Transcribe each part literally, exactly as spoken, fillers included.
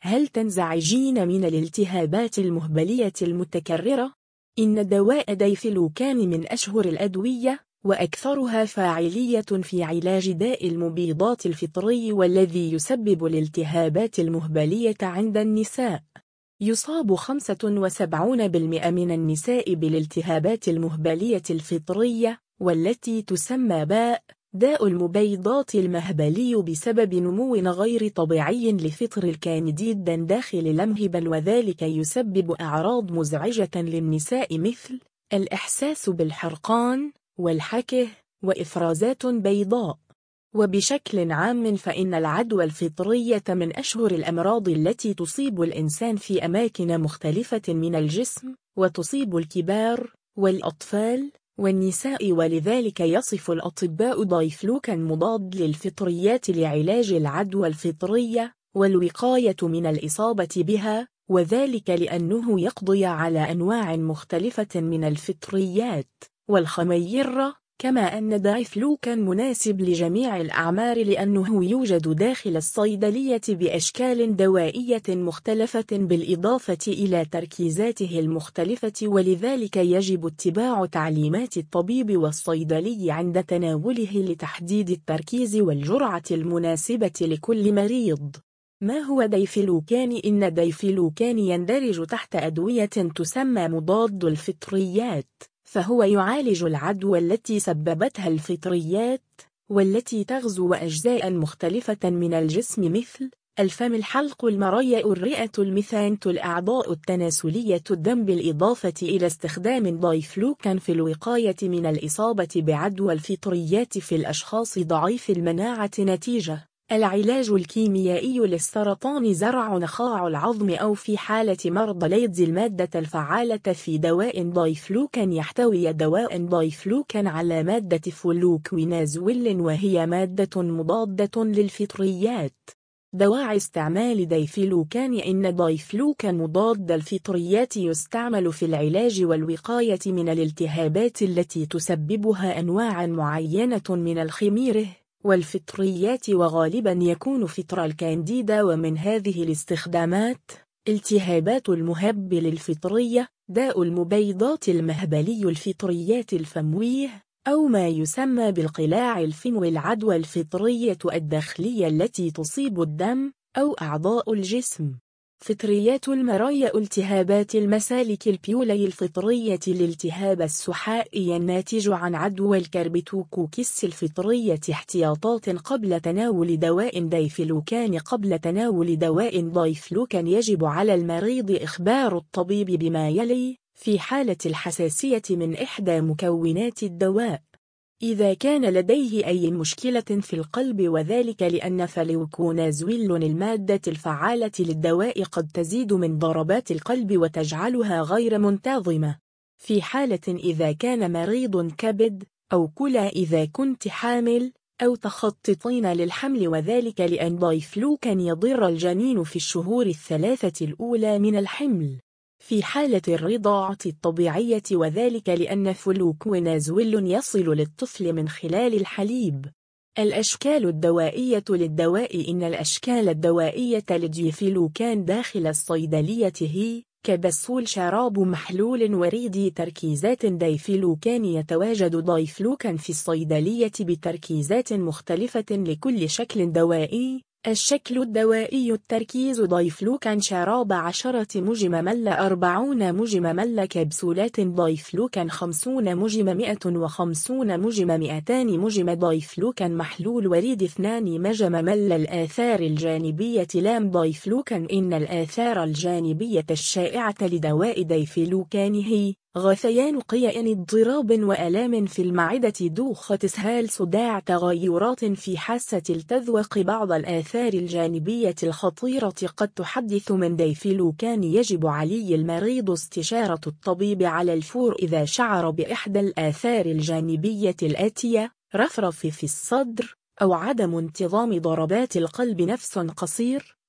هل تنزعجين من الالتهابات المهبلية المتكررة؟ إن دواء دايفلوكان من أشهر الأدوية وأكثرها فاعلية في علاج داء المبيضات الفطري والذي يسبب الالتهابات المهبلية عند النساء. يصاب خمسة وسبعين بالمئة من النساء بالالتهابات المهبلية الفطرية والتي تسمى باء داء المبيضات المهبلي بسبب نمو غير طبيعي لفطر الكانديد داخل المهبل، وذلك يسبب أعراض مزعجة للنساء مثل الإحساس بالحرقان والحكة وإفرازات بيضاء. وبشكل عام فإن العدوى الفطرية من أشهر الأمراض التي تصيب الإنسان في أماكن مختلفة من الجسم، وتصيب الكبار والأطفال والنساء، ولذلك يصف الأطباء دايفلوكان مضاد للفطريات لعلاج العدوى الفطرية والوقاية من الإصابة بها، وذلك لأنه يقضي على أنواع مختلفة من الفطريات والخميرة. كما أن دايفلوكان مناسب لجميع الأعمار لأنه يوجد داخل الصيدلية بأشكال دوائية مختلفة بالإضافة إلى تركيزاته المختلفة، ولذلك يجب اتباع تعليمات الطبيب والصيدلي عند تناوله لتحديد التركيز والجرعة المناسبة لكل مريض. ما هو دايفلوكان؟ إن دايفلوكان يندرج تحت أدوية تسمى مضاد الفطريات، فهو يعالج العدوى التي سببتها الفطريات والتي تغزو أجزاء مختلفة من الجسم مثل الفم، الحلق، المريء، الرئة، المثانة، الأعضاء التناسلية، الدم، بالإضافة إلى استخدام دايفلوكان في الوقاية من الإصابة بعدوى الفطريات في الأشخاص ضعيف المناعة نتيجة العلاج الكيميائي للسرطان، زرع نخاع العظم، أو في حالة مرضى الإيدز. المادة الفعالة في دواء دايفلوكان: يحتوي دواء دايفلوكان على مادة فلوكوينازول، وهي مادة مضادة للفطريات. دواعي استعمال دايفلوكان: إن دايفلوكان مضاد الفطريات يستعمل في العلاج والوقاية من الالتهابات التي تسببها أنواع معينة من الخميره والفطريات، وغالبا يكون فطر الكانديدا. ومن هذه الاستخدامات: التهابات المهبل الفطرية، داء المبيضات المهبلي، الفطريات الفمويه أو ما يسمى بالقلاع الفموي، العدوى الفطرية الداخلية التي تصيب الدم أو أعضاء الجسم، فطريات المريء، التهابات المسالك البيولي الفطرية، الالتهاب السحائي الناتج عن عدوى الكربتوكوكس الفطرية. احتياطات قبل تناول دواء دايفلوكان: قبل تناول دواء دايفلوكان يجب على المريض إخبار الطبيب بما يلي في حالة الحساسية من إحدى مكونات الدواء. إذا كان لديه أي مشكلة في القلب، وذلك لأن فلوكونازول المادة الفعالة للدواء قد تزيد من ضربات القلب وتجعلها غير منتظمة. في حالة إذا كان مريض كبد أو كلى، إذا كنت حامل أو تخططين للحمل، وذلك لأن دايفلوكان يضر الجنين في الشهور الثلاثة الأولى من الحمل. في حالة الرضاعة الطبيعية، وذلك لأن فلوكونازول يصل للطفل من خلال الحليب. الأشكال الدوائية للدواء: إن الأشكال الدوائية لدايفلوكان داخل الصيدلية هي كبسول، شراب محلول، وريدي. تركيزات دايفلوكان: يتواجد دايفلوكان في الصيدلية بتركيزات مختلفة لكل شكل دوائي. الشكل الدوائي: التركيز دايفلوكان شراب عشرة مجم مل، أربعون مجم مل. كبسولات دايفلوكان خمسون مجم، مئة وخمسون مجم، مئتان مجم. دايفلوكان محلول وريد اثنان مجم مل. الآثار الجانبية لام دايفلوكان: إن الآثار الجانبية الشائعة لدواء دايفلوكان هي غثيان قيء، اضطراب وآلام في المعدة، دوخة، إسهال، صداع، تغيرات في حاسة التذوق. بعض الآثار الجانبية الخطيرة قد تحدث من دايفلوكان. يجب علي المريض استشارة الطبيب على الفور إذا شعر بإحدى الآثار الجانبية الآتية: رفرف في الصدر، أو عدم انتظام ضربات القلب، نفس قصير،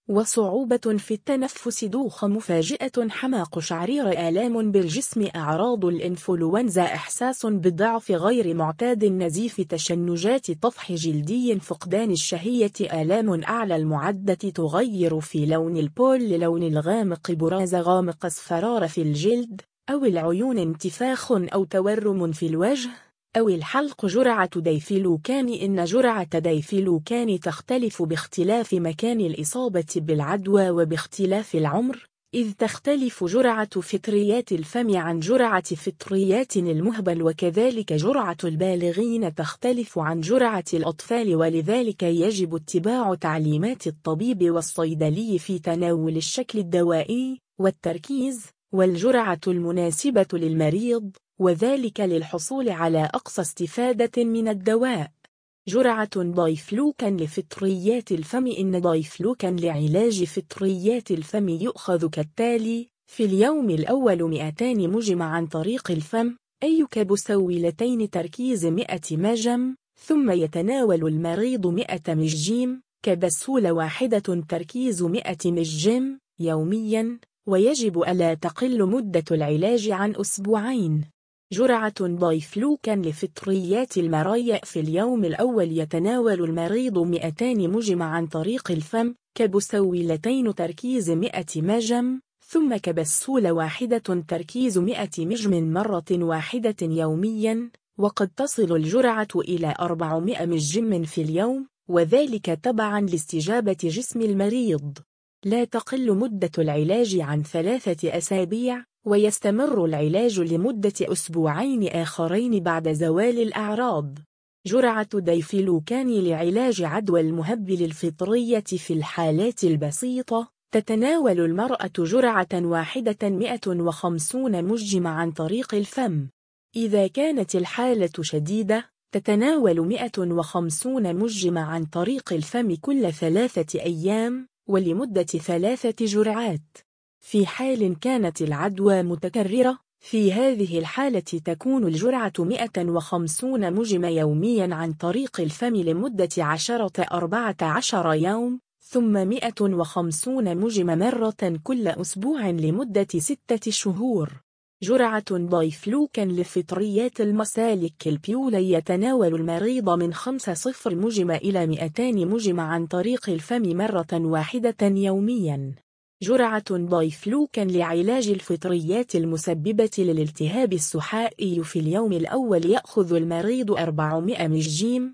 وصعوبة في التنفس، دوخة مفاجئة، حمى، قشعرير، آلام بالجسم، أعراض الإنفلونزا، إحساس بالضعف غير معتاد، نزيف، تشنجات، طفح جلدي، فقدان الشهية، آلام أعلى المعدة، تغير في لون البول للون الغامق، براز غامق، اصفرار في الجلد أو العيون، انتفاخ أو تورم في الوجه أو الحلق. جرعة ديفلوكان. إن جرعة ديفلوكان تختلف باختلاف مكان الإصابة بالعدوى وباختلاف العمر، إذ تختلف جرعة فطريات الفم عن جرعة فطريات المهبل، وكذلك جرعة البالغين تختلف عن جرعة الأطفال، ولذلك يجب اتباع تعليمات الطبيب والصيدلي في تناول الشكل الدوائي والتركيز والجرعة المناسبة للمريض، وذلك للحصول على أقصى استفادة من الدواء. جرعة دايفلوكان لفطريات الفم. إن دايفلوكان لعلاج فطريات الفم يؤخذ كالتالي: في اليوم الأول مئتان مجم عن طريق الفم، أي كبسولتين تركيز مئة مجم، ثم يتناول المريض مئة مجم كبسولة واحدة تركيز مئة مجم يوميا، ويجب ألا تقل مدة العلاج عن أسبوعين. جرعة دايفلوكان لفطريات المرايا. في اليوم الأول يتناول المريض مئتان مجم عن طريق الفم كبسولتين تركيز مئة مجم، ثم كبسولة واحدة تركيز مئة مجم مرة واحدة يوميا، وقد تصل الجرعة إلى أربعمئة مجم في اليوم، وذلك تبعا لاستجابة جسم المريض. لا تقل مدة العلاج عن ثلاثة أسابيع، ويستمر العلاج لمدة أسبوعين آخرين بعد زوال الأعراض. جرعة ديفلوكان لعلاج عدوى المهبل الفطرية. في الحالات البسيطة تتناول المرأة جرعة واحدة مئة وخمسين مجم عن طريق الفم. إذا كانت الحالة شديدة تتناول مئة وخمسين مجم عن طريق الفم كل ثلاثة أيام ولمدة ثلاثة جرعات. في حال كانت العدوى متكررة، في هذه الحالة تكون الجرعة مئة وخمسين مجم يوميا عن طريق الفم لمدة عشرة أربعة عشر يوم، ثم مئة وخمسين مجم مرة كل أسبوع لمدة ستة شهور. جرعة دايفلوكان لفطريات المسالك البيولي. يتناول المريض من خمسة مجم إلى مئتين مجم عن طريق الفم مرة واحدة يوميا. جرعة دايفلوكان لعلاج الفطريات المسببة للالتهاب السحائي. في اليوم الأول يأخذ المريض أربعمئة مجم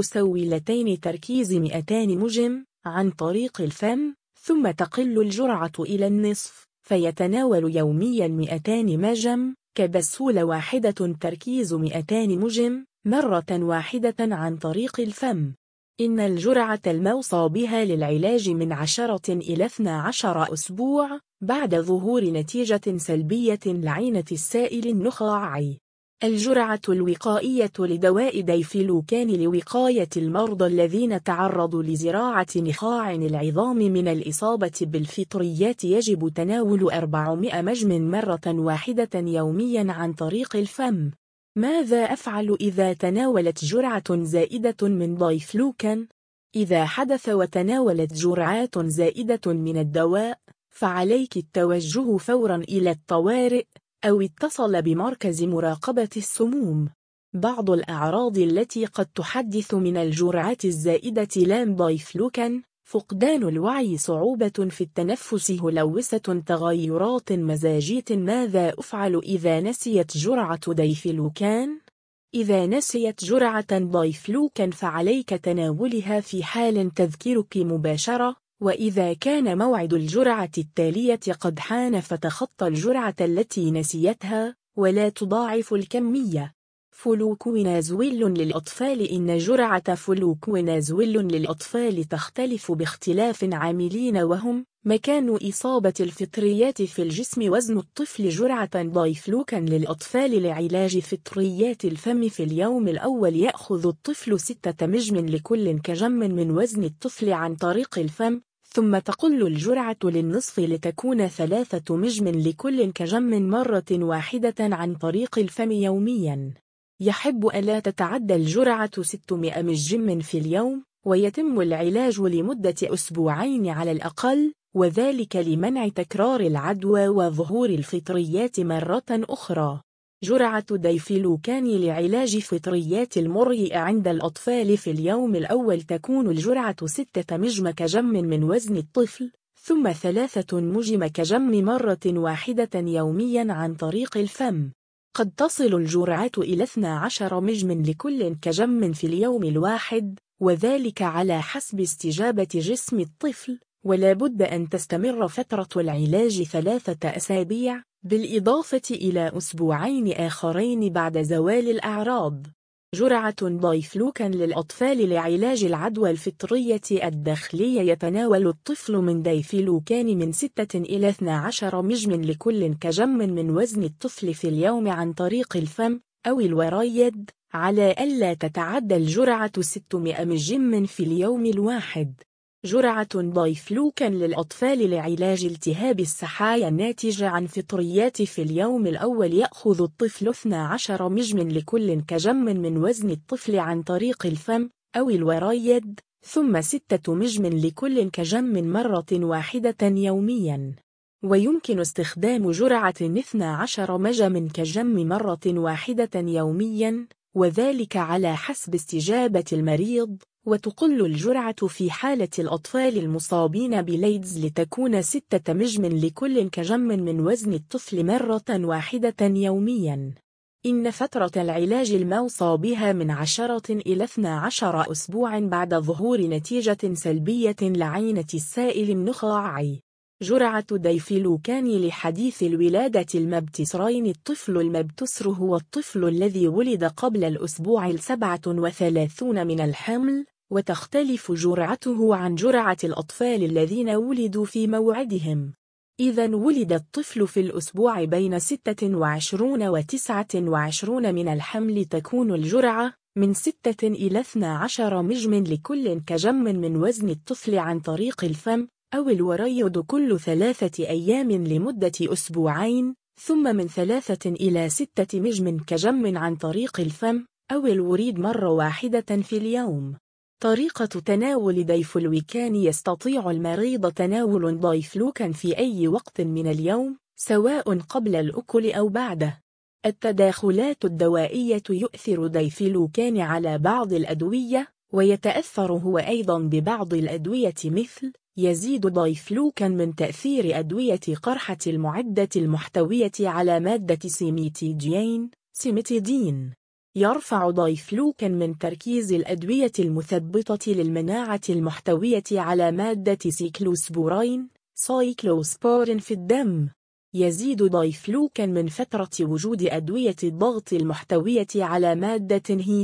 كبسولتين تركيز مئتان مجم عن طريق الفم، ثم تقل الجرعة إلى النصف، فيتناول يوميا مئتان مجم كبسولة واحدة تركيز مئتان مجم مرة واحدة عن طريق الفم. إن الجرعة الموصى بها للعلاج من عشرة إلى اثني عشر أسبوع بعد ظهور نتيجة سلبية لعينة السائل النخاعي. الجرعة الوقائية لدواء ديفلوكان لوقاية المرضى الذين تعرضوا لزراعة نخاع العظام من الإصابة بالفطريات يجب تناول أربعمئة مجم مرة واحدة يوميا عن طريق الفم. ماذا أفعل إذا تناولت جرعة زائدة من دايفلوكان؟ إذا حدث وتناولت جرعات زائدة من الدواء، فعليك التوجه فورا إلى الطوارئ أو اتصل بمركز مراقبة السموم. بعض الأعراض التي قد تحدث من الجرعات الزائدة لام دايفلوكان: فقدان الوعي، صعوبة في التنفس، هلوسة، تغيرات مزاجية. ماذا أفعل إذا نسيت جرعة ديفلوكان؟ إذا نسيت جرعة دايفلوكان فعليك تناولها في حال تذكرك مباشرة، وإذا كان موعد الجرعة التالية قد حان فتخطى الجرعة التي نسيتها، ولا تضاعف الكمية. فلوكونازويل للأطفال. إن جرعة فلوكونازويل للأطفال تختلف باختلاف عاملين، وهم: مكان إصابة الفطريات في الجسم، وزن الطفل. جرعة دايفلوكان للأطفال لعلاج فطريات الفم. في اليوم الأول يأخذ الطفل ستة مجم لكل كجم من وزن الطفل عن طريق الفم، ثم تقل الجرعة للنصف لتكون ثلاثة مجم لكل كجم مرة واحدة عن طريق الفم يوميا. يحب ألا تتعدى الجرعة ستمئة مجم في اليوم، ويتم العلاج لمدة أسبوعين على الأقل، وذلك لمنع تكرار العدوى وظهور الفطريات مرة أخرى. جرعة دايفلوكان لعلاج فطريات المريء عند الأطفال في اليوم الأول تكون الجرعة ستة مجم كجم من وزن الطفل، ثم ثلاثة مجم كجم مرة واحدة يوميا عن طريق الفم. قد تصل الجرعة إلى اثني عشر مجم لكل كجم في اليوم الواحد، وذلك على حسب استجابة جسم الطفل، ولا بد أن تستمر فترة العلاج ثلاثة أسابيع، بالإضافة إلى أسبوعين آخرين بعد زوال الأعراض. جرعة دايفلوكان للأطفال لعلاج العدوى الفطرية الداخلية. يتناول الطفل من دايفلوكان من ستة إلى اثني عشر مجم لكل كجم من وزن الطفل في اليوم عن طريق الفم أو الوريد، على ألا تتعدى الجرعة ستمائة مجم في اليوم الواحد. جرعة دايفلوكان للأطفال لعلاج التهاب السحايا الناتج عن فطريات في اليوم الأول. يأخذ الطفل اثني عشر مجم لكل كجم من وزن الطفل عن طريق الفم أو الوريد، ثم ستة مجم لكل كجم مرة واحدة يوميا. ويمكن استخدام جرعة اثني عشر مجم كجم مرة واحدة يوميا، وذلك على حسب استجابة المريض. وتقل الجرعة في حالة الأطفال المصابين بليدز لتكون ستة مجم لكل كجم من وزن الطفل مرة واحدة يوميا. إن فترة العلاج الموصى بها من عشرة إلى اثني عشر أسبوعا بعد ظهور نتيجة سلبية لعينة السائل النخاعي. جرعة دايفلوكان لحديث الولادة المبتسرين. الطفل المبتسر هو الطفل الذي ولد قبل الأسبوع السابع والثلاثين من الحمل، وتختلف جرعته عن جرعة الأطفال الذين ولدوا في موعدهم. إذا ولد الطفل في الأسبوع بين ستة وعشرين وتسعة وعشرين من الحمل، تكون الجرعة من ستة إلى اثني عشر مجم لكل كجم من وزن الطفل عن طريق الفم أو الوريد كل ثلاثة أيام لمدة أسبوعين، ثم من ثلاثة إلى ستة مجم كجم عن طريق الفم أو الوريد مرة واحدة في اليوم. طريقة تناول دايفلوكان. يستطيع المريض تناول دايفلوكان في أي وقت من اليوم، سواء قبل الأكل أو بعده. التداخلات الدوائية. يؤثر دايفلوكان على بعض الأدوية، ويتأثر هو أيضا ببعض الأدوية، مثل يزيد دايفلوكان من تأثير أدوية قرحة المعدة المحتوية على مادة سيميتيدين سيميتيدين. يرفع دايفلوكان من تركيز الأدوية المثبطة للمناعة المحتوية على مادة سيكلوسبورين سايكلوسبورين في الدم. يزيد دايفلوكان من فترة وجود أدوية الضغط المحتوية على مادة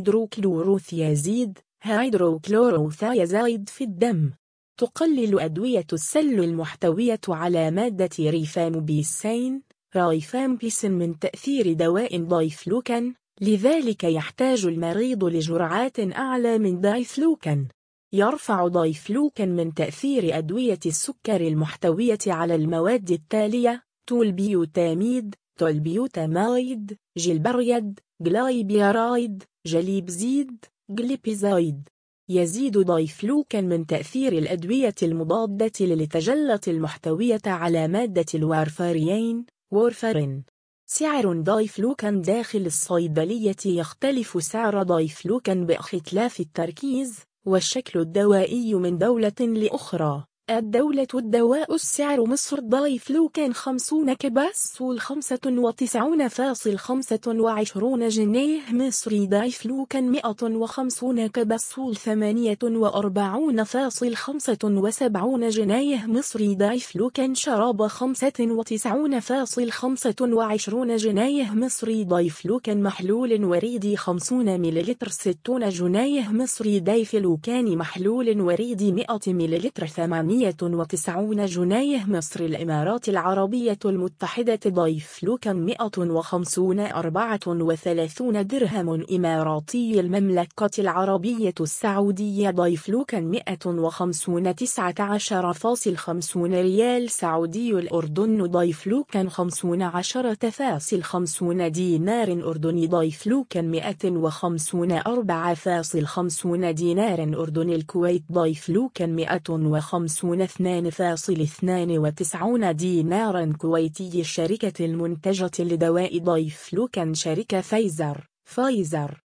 هيدروكلوروثيازيد هيدروكلوروثيازايد في الدم. تقلل أدوية السل المحتوية على مادة ريفامبيسين رايفامبيسين من تأثير دواء دايفلوكان، لذلك يحتاج المريض لجرعات أعلى من دايفلوكان. يرفع دايفلوكان من تأثير أدوية السكر المحتوية على المواد التالية: تولبيوتاميد، تولبيوتامايد، جلبريد، جلايبيرايد، جليبزيد، جليبيزايد. يزيد دايفلوكان من تأثير الأدوية المضادة للتجلط المحتوية على مادة الوارفارين وارفارين. سعر دايفلوكان داخل الصيدلية. يختلف سعر دايفلوكان باختلاف التركيز والشكل الدوائي من دولة لأخرى. الدولة الدواء السعر مصر دايفلوكان خمسين كبسول خمسة وتسعين فاصل خمسة وعشرين جنيه مصري. دايفلوكان مئة وخمسين كبسول ثمانية وأربعين فاصل خمسة وسبعين جنيه مصري. دايفلوكان شراب خمسة وتسعين فاصل خمسة وعشرين جنيه مصري. دايفلوكان محلول وريدي خمسين مللتر ستين جنيه مصري. دايفلوكان محلول وريدي مئة مللتر ثمانين ثمانية وتسعين جنيه مصر الإمارات العربية المتحدة دايفلوكان مئة وخمسون أربعة وثلاثين درهم إماراتي المملكة العربية السعودية دايفلوكان مئة وخمسون تسعة عشر فاصل خمسون ريال سعودي الأردن دايفلوكان خمسون عشرة فاصل خمسون دينار أردني دايفلوكان مئة وخمسون أربعة فاصل خمسون دينار أردني الكويت دايفلوكان مئة وخمسون اثنين فاصل اثنين وتسعين دينارا كويتي الشركة المنتجة لدواء دايفلوكان شركة فايزر فايزر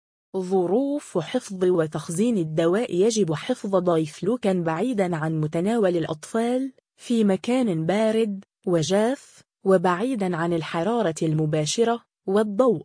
ظروف حفظ وتخزين الدواء يجب حفظ دايفلوكان بعيدا عن متناول الأطفال في مكان بارد وجاف وبعيدا عن الحرارة المباشرة والضوء.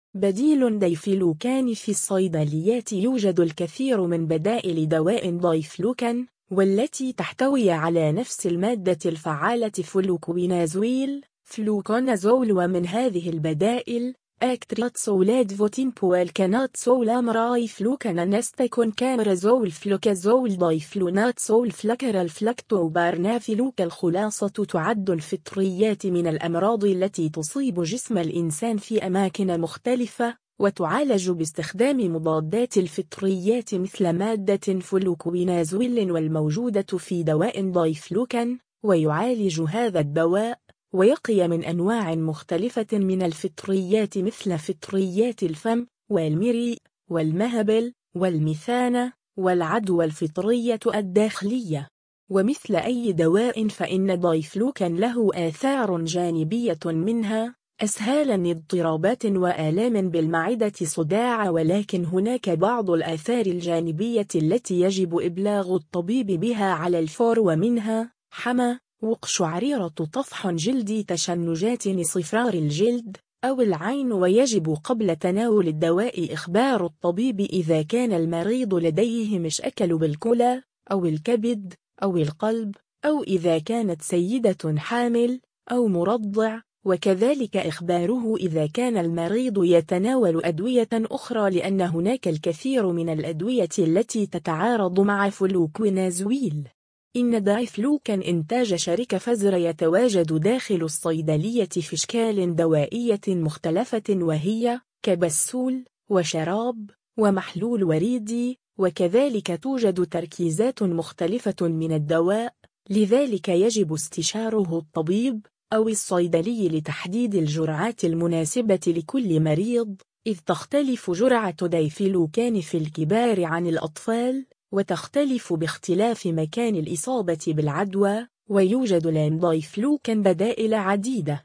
بديل دايفلوكان في الصيدليات يوجد الكثير من بدائل دواء دايفلوكان والتي تحتوي على نفس المادة الفعالة فلوكوينازويل فلوكونازول ومن هذه البدائل أكتريتسولاد فوتينبوال كانات سولامراي فلوكانانستيكون كامرازول فلوكازول دايفلوناتسول فلكرال فلكتوبارنافلوك. الخلاصة تعد الفطريات من الأمراض التي تصيب جسم الإنسان في أماكن مختلفة وتعالج باستخدام مضادات الفطريات مثل مادة فلوكوينازويل والموجودة في دواء دايفلوكان ويعالج هذا الدواء ويقي من أنواع مختلفة من الفطريات مثل فطريات الفم والمريء والمهبل والمثانة والعدوى الفطرية الداخلية. ومثل أي دواء فإن دايفلوكان له آثار جانبية منها أسهالا اضطرابات وآلام بالمعدة صداع ولكن هناك بعض الآثار الجانبية التي يجب إبلاغ الطبيب بها على الفور ومنها حمى وقشعريرة طفح جلدي تشنجات صفرار الجلد أو العين ويجب قبل تناول الدواء إخبار الطبيب إذا كان المريض لديه مشاكل بالكلى أو الكبد أو القلب أو إذا كانت سيدة حامل أو مرضع وكذلك إخباره إذا كان المريض يتناول أدوية أخرى لأن هناك الكثير من الأدوية التي تتعارض مع فلوكوينازويل. إن دايفلوكان إنتاج شركة فايزر يتواجد داخل الصيدلية في أشكال دوائية مختلفة وهي كبسول وشراب ومحلول وريدي وكذلك توجد تركيزات مختلفة من الدواء لذلك يجب استشاره الطبيب أو الصيدلي لتحديد الجرعات المناسبة لكل مريض إذ تختلف جرعة دايفلوكان في الكبار عن الأطفال وتختلف باختلاف مكان الإصابة بالعدوى ويوجد لدايفلوكان بدائل عديدة.